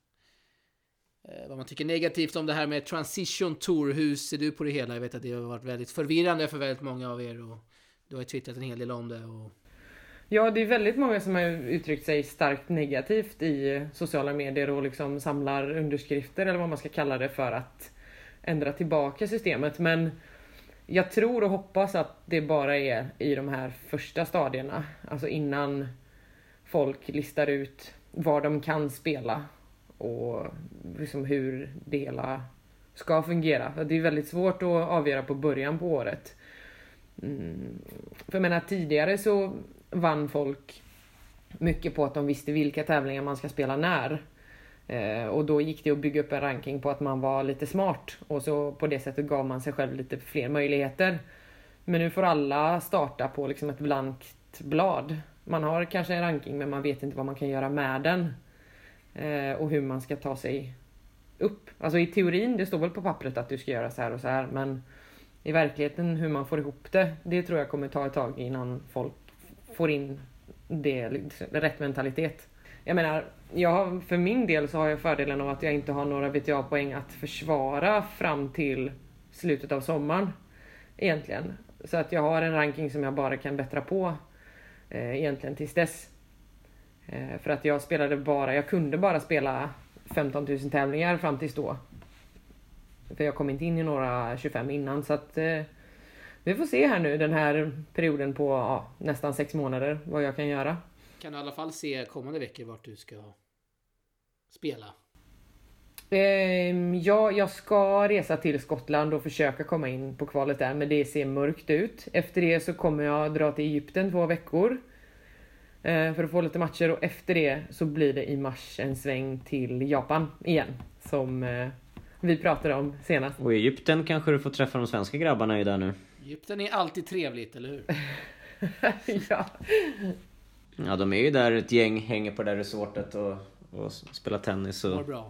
eh, vad man tycker negativt om det här med Transition Tour. Hur ser du på det hela? Jag vet att det har varit väldigt förvirrande för väldigt många av er och du har ju twittrat en hel del om det. Och... Ja, det är väldigt många som har uttryckt sig starkt negativt i sociala medier och liksom samlar underskrifter eller vad man ska kalla det för att ändra tillbaka systemet. Men jag tror och hoppas att det bara är i de här första stadierna. Alltså innan folk listar ut var de kan spela och liksom hur det hela ska fungera. Det är väldigt svårt att avgöra på början på året. Mm. För jag menar, tidigare så vann folk mycket på att de visste vilka tävlingar man ska spela när. Eh, och då gick det att bygga upp en ranking på att man var lite smart. Och så på det sättet gav man sig själv lite fler möjligheter. Men nu får alla starta på liksom ett blankt blad. Man har kanske en ranking men man vet inte vad man kan göra med den. Eh, och hur man ska ta sig upp. Alltså i teorin, det står väl på pappret att du ska göra så här och så här. Men i verkligheten hur man får ihop det, det tror jag kommer ta ett tag innan folk får in det, rätt mentalitet. Jag menar, jag, för min del så har jag fördelen av att jag inte har några V T A-poäng att försvara fram till slutet av sommaren egentligen. Så att jag har en ranking som jag bara kan bättra på eh, egentligen tills dess. Eh, för att jag spelade bara, jag kunde bara spela femton tusen tävlingar fram tills då. För jag kom inte in i några tjugofem innan, så att eh, vi får se här nu den här perioden på ja, nästan sex månader vad jag kan göra. Kan du i alla fall se kommande veckor vart du ska spela? Eh, ja, jag ska resa till Skottland och försöka komma in på kvalet där, men det ser mörkt ut. Efter det så kommer jag dra till Egypten två veckor eh, för att få lite matcher, och efter det så blir det i mars en sväng till Japan igen som eh, vi pratade om senast. Och i Egypten kanske du får träffa de svenska grabbarna i där nu. Egypten är alltid trevligt, eller hur? Ja. Ja, de är ju där, ett gäng hänger på det där resortet och, och spelar tennis och... Mår bra.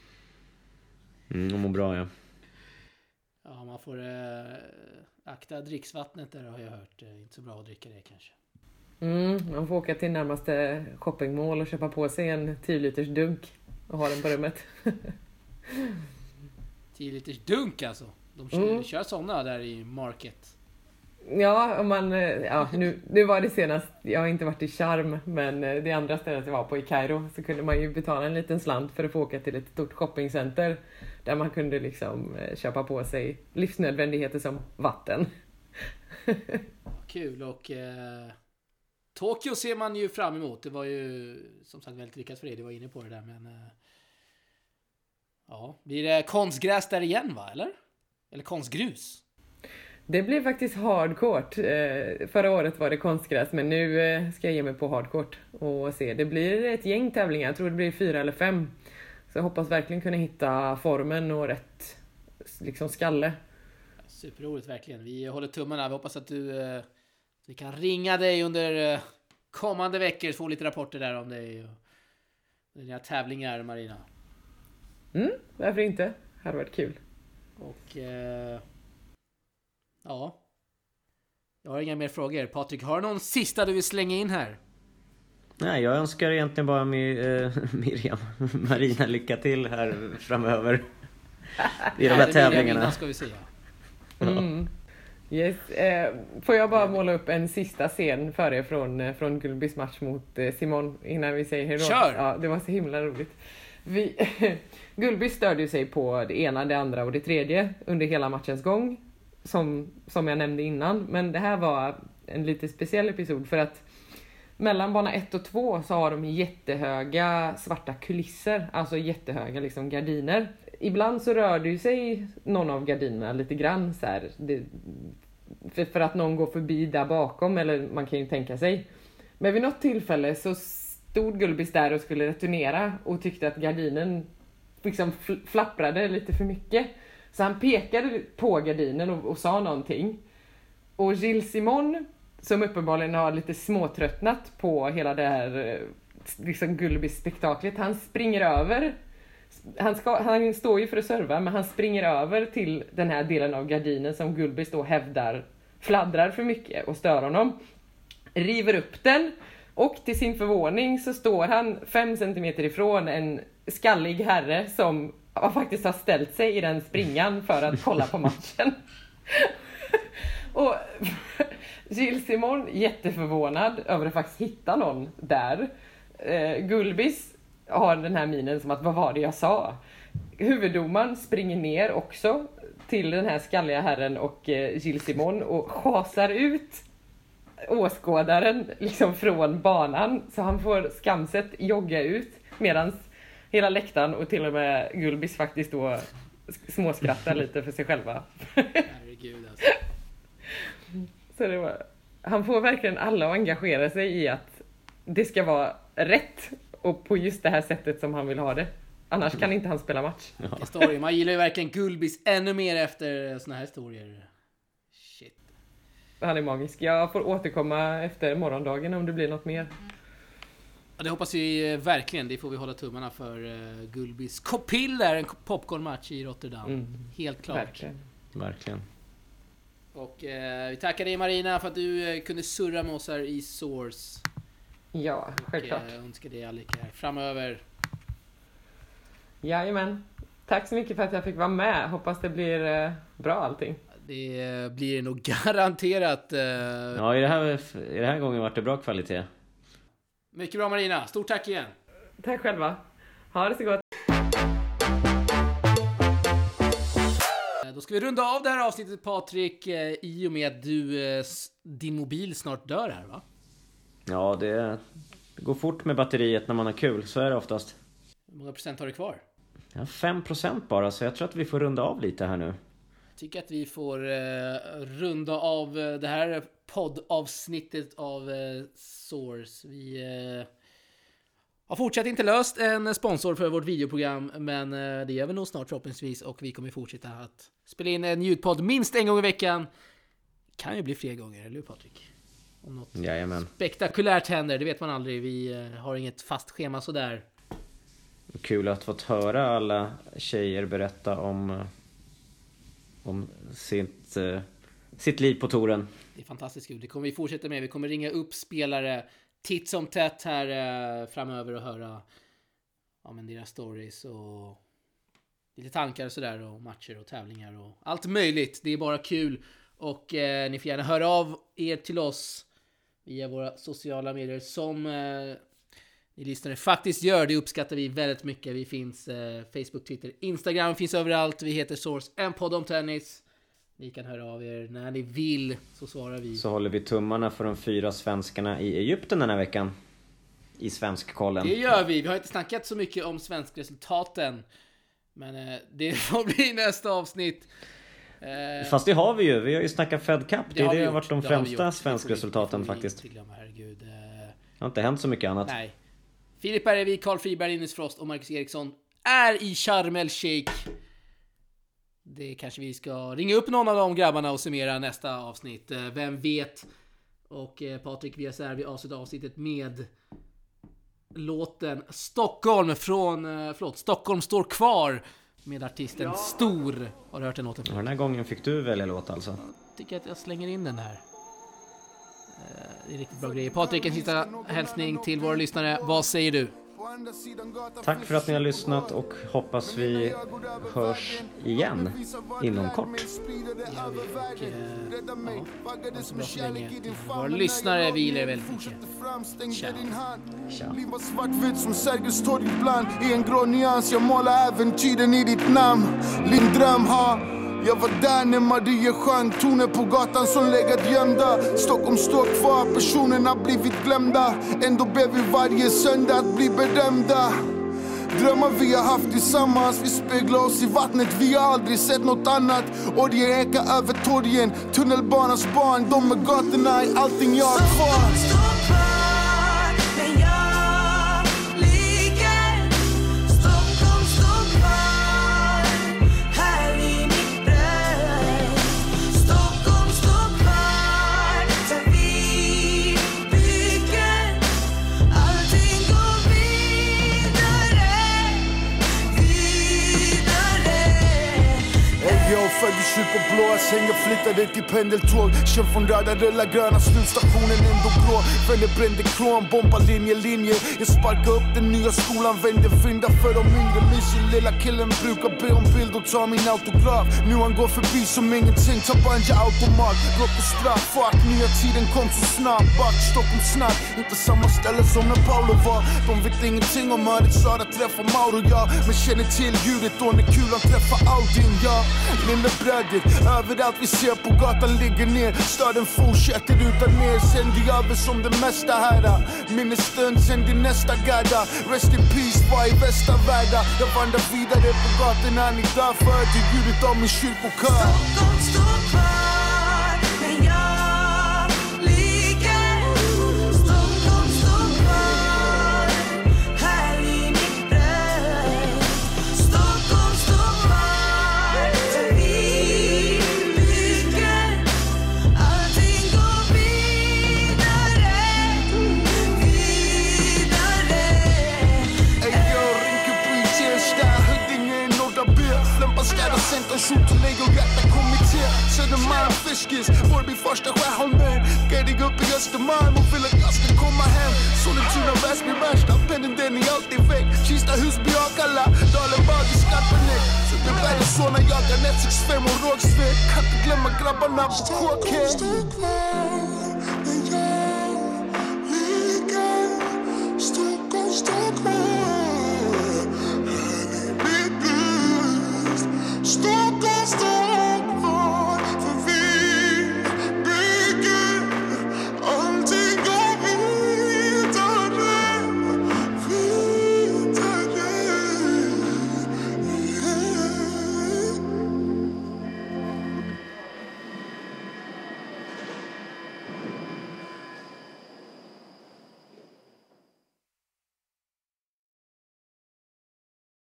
Mm, och mår bra, ja. Ja, man får äh, akta dricksvattnet där, har jag hört. Det är inte så bra att dricka det kanske. Mm, man får åka till närmaste shoppingmål och köpa på sig en tio liters dunk och ha den på rummet. tio liters dunk alltså. De kör, mm. kör sådana där i Market. Ja, om man, ja nu, nu var det senast, jag har inte varit i Charm, men det andra stället jag var på i Kairo så kunde man ju betala en liten slant för att få åka till ett stort shoppingcenter där man kunde liksom köpa på sig livsnödvändigheter som vatten. Kul, och eh, Tokyo ser man ju fram emot. Det var ju som sagt väldigt lyckat för er. Det var inne på det där, men eh, ja, blir det konstgräs där igen, va? Eller? Eller konstgrus? Det blir faktiskt hardcourt. Eh, förra året var det konstgräs, men nu eh, ska jag ge mig på hardcourt och se. Det blir ett gäng tävlingar. Jag tror det blir fyra eller fem. Så jag hoppas verkligen kunna hitta formen och rätt liksom skalle. Superroligt verkligen. Vi håller tummarna. Vi hoppas att du eh, vi kan ringa dig under eh, kommande veckor, få lite rapporter där om dig och dina tävlingar, Marina. Mm, varför inte? Det hade varit kul. Och eh, ja, jag har inga mer frågor. Patrik, har du någon sista du vill slänga in här? Nej, jag önskar egentligen bara Mir, äh, Miriam, Marina lycka till här framöver i de här tävlingarna. Ska vi säga. Mm. Yes. Eh, får jag bara måla upp en sista scen för er från, från Gullbys match mot eh, Simon innan vi säger hejdå? Kör! Ja, det var så himla roligt. Vi, Gullby stödde sig på det ena, det andra och det tredje under hela matchens gång. Som, som jag nämnde innan. Men det här var en lite speciell episod för att mellan bana ett och två så har de jättehöga svarta kulisser. Alltså jättehöga liksom gardiner. Ibland så rör det ju sig någon av gardinerna lite grann så här. Det, för, för att någon går förbi där bakom, eller man kan ju tänka sig. Men vid något tillfälle så stod Gullbys där och skulle returnera och tyckte att gardinen liksom fl- flapprade lite för mycket. Så han pekade på gardinen och, och sa någonting. Och Gilles Simon, som uppenbarligen har lite småtröttnat på hela det här liksom Gullby-spektaklet, han springer över. Han, ska, han står ju för att serva, men han springer över till den här delen av gardinen som Gullby då hävdar fladdrar för mycket och stör honom. River upp den, och till sin förvåning så står han fem centimeter ifrån en skallig herre som faktiskt har ställt sig i den springan för att kolla på matchen. Och Gilles Simon jätteförvånad över att faktiskt hitta någon där. Eh, Gullbys har den här minen som att vad var det jag sa? Huvuddomaren springer ner också till den här skalliga herren och eh, Gilles Simon och chasar ut åskådaren liksom från banan, så han får skamset jogga ut medan hela läktaren och till och med Gullbys faktiskt då småskrattar lite för sig själva. Herregud alltså. Så det var, han får verkligen alla att engagera sig i att det ska vara rätt och på just det här sättet som han vill ha det. Annars kan inte han spela match. Ja. Story. Man gillar ju verkligen Gullbys ännu mer efter såna här historier. Shit. Han är magisk. Jag får återkomma efter morgondagen om det blir något mer. Ja, det hoppas vi verkligen. Det får vi hålla tummarna för uh, Gullbys Kopill där, en popcornmatch i Rotterdam. Mm. Helt klart. Verkligen. Verkligen. Och uh, vi tackar dig, Marina, för att du uh, kunde surra med oss här i Source. Ja, självklart. Och uh, önskar dig all lycka framöver. Jajamän. Tack så mycket för att jag fick vara med. Hoppas det blir uh, bra allting. Det blir nog garanterat. Uh... Ja, i det här, i det här gången var det bra kvalitet. Mycket bra, Marina. Stort tack igen. Tack själva. Ha det så gott. Då ska vi runda av det här avsnittet, Patrik, i och med att du, din mobil snart dör här, va? Ja, det, det går fort med batteriet när man har kul. Så är det oftast. Hur många procent har du kvar? Ja, fem procent bara, så jag tror att vi får runda av lite här nu. Jag tycker att vi får eh, runda av det här poddavsnittet av eh, Source. Vi eh, har fortsatt inte löst en sponsor för vårt videoprogram, men eh, det gör vi nog snart förhoppningsvis, och vi kommer fortsätta att spela in en ljudpodd minst en gång i veckan. Kan ju bli fler gånger, eller hur, Patrik? Om något Jajamän. spektakulärt händer, det vet man aldrig. Vi eh, har inget fast schema sådär. Kul att få höra alla tjejer berätta om om sitt, sitt liv på touren. Det är fantastiskt kul. Det kommer vi fortsätta med. Vi kommer ringa upp spelare titt som tätt här framöver och höra ja, men deras stories och lite tankar och sådär, och matcher och tävlingar och allt möjligt. Det är bara kul, och eh, ni får gärna höra av er till oss via våra sociala medier som eh, ni lyssnare faktiskt gör. Det uppskattar vi väldigt mycket. Vi finns eh, Facebook, Twitter, Instagram finns överallt. Vi heter Source, en podd om tennis. Ni kan höra av er när ni vill, så svarar vi. Så håller vi tummarna för de fyra svenskarna i Egypten den här veckan. I Svenskkollen. Det gör vi. Vi har inte snackat så mycket om svenskresultaten. Men eh, det får bli nästa avsnitt. Eh, Fast det har vi ju. Vi har ju snackat Fed Cup. Det, det har, det har varit de det främsta har svenskresultaten faktiskt. Glömma, herregud. Eh, det har inte hänt så mycket annat. Nej. Filip Bergevik, Carl Friberg, Linus Frost och Marcus Eriksson är i Sharm el Sheikh. Det kanske vi ska ringa upp någon av de grabbarna och summera nästa avsnitt. Eh, vem vet? Och eh, Patrik, vi är så här, vi avslutar avsnittet med låten Stockholm från, eh, förlåt, Stockholm står kvar med artisten ja. Stor. Har du hört den låten? Ja, den här gången fick du välja låt alltså. Jag tycker att jag slänger in den här. Det är riktigt bra grejer. Patrik, en sista hälsning till våra lyssnare. Vad säger du? Tack för att ni har lyssnat och hoppas vi hörs igen inom kort. Ja, vi och, eh, ja, det så bra så länge. Våra lyssnare vilar väldigt mycket. Ciao. Ciao. Liv var svartvitt som Sergels torg ibland. I en grå nyans, jag målar äventyren i ditt namn. Lindröm har jag var där när Maria sjöng toner på gatan som legat gömda. Stockholm står kvar, personerna blivit glömda. Ändå ber vi varje söndag att bli berömda. Drömmar vi har haft tillsammans, vi speglar oss i vattnet. Vi har aldrig sett något annat. Och det ekar över torgen, tunnelbanans barn. De med gatorna är allting jag har kvar. Föddes ut på blås, hänger flyttade till pendeltåg. Känn från röda, rölla gröna, slutstationen ändå blå. Vänner brände klon, bomba linje, linje. Jag sparkar upp den nya skolan, vände vindar för de yngre. Min lilla killen brukar be om bild och ta min autograf. Nu han går förbi som ingenting, tar banja automat. Brott och straff, fuck, nya tiden kom så snabbt. Back, Stockholm snabbt, inte samma ställe som när Paolo var. De vet ingenting om hördet, Sara träffar Mauro, ja. Men känner till ljudet då när kulan träffar Aldin, ja. Linda brödet, överallt vi ser på gatan ligger ner. Staden fortsätter utan ner. Sen det över som det mesta här. Minnesstund sen det nästa gärda. Rest in peace, var i bästa världen. Jag vandrar vidare på gatorna. Ni dör för det ljudet av min kyrkokör. Stockholm står kvar, men jag ligger. Stockholm står kvar, här i mitt bröd. Stockholm står kvar, för vi bygger. Allting går vidare, vidare. Ey yo, Rinkeby, Tensta, Huddinge, Norra B. Flämpa städer, centrum, skjutlägg och hjärta-kommitté. Södermalm, Fiskis, Vårby, Farsta, Skärholmen. Gärdig upp i Östermalm och vill att jag ska komma hem. Sollentuna, Väsby, Värsta, pendeln den är alltid väck. Kista, Husby, Akalla, Dalen, Bad i Skarpenäck. Så det är värre så när jag jagar ett sex fem och Rågsved. Kan inte glömma grabbarna på K K.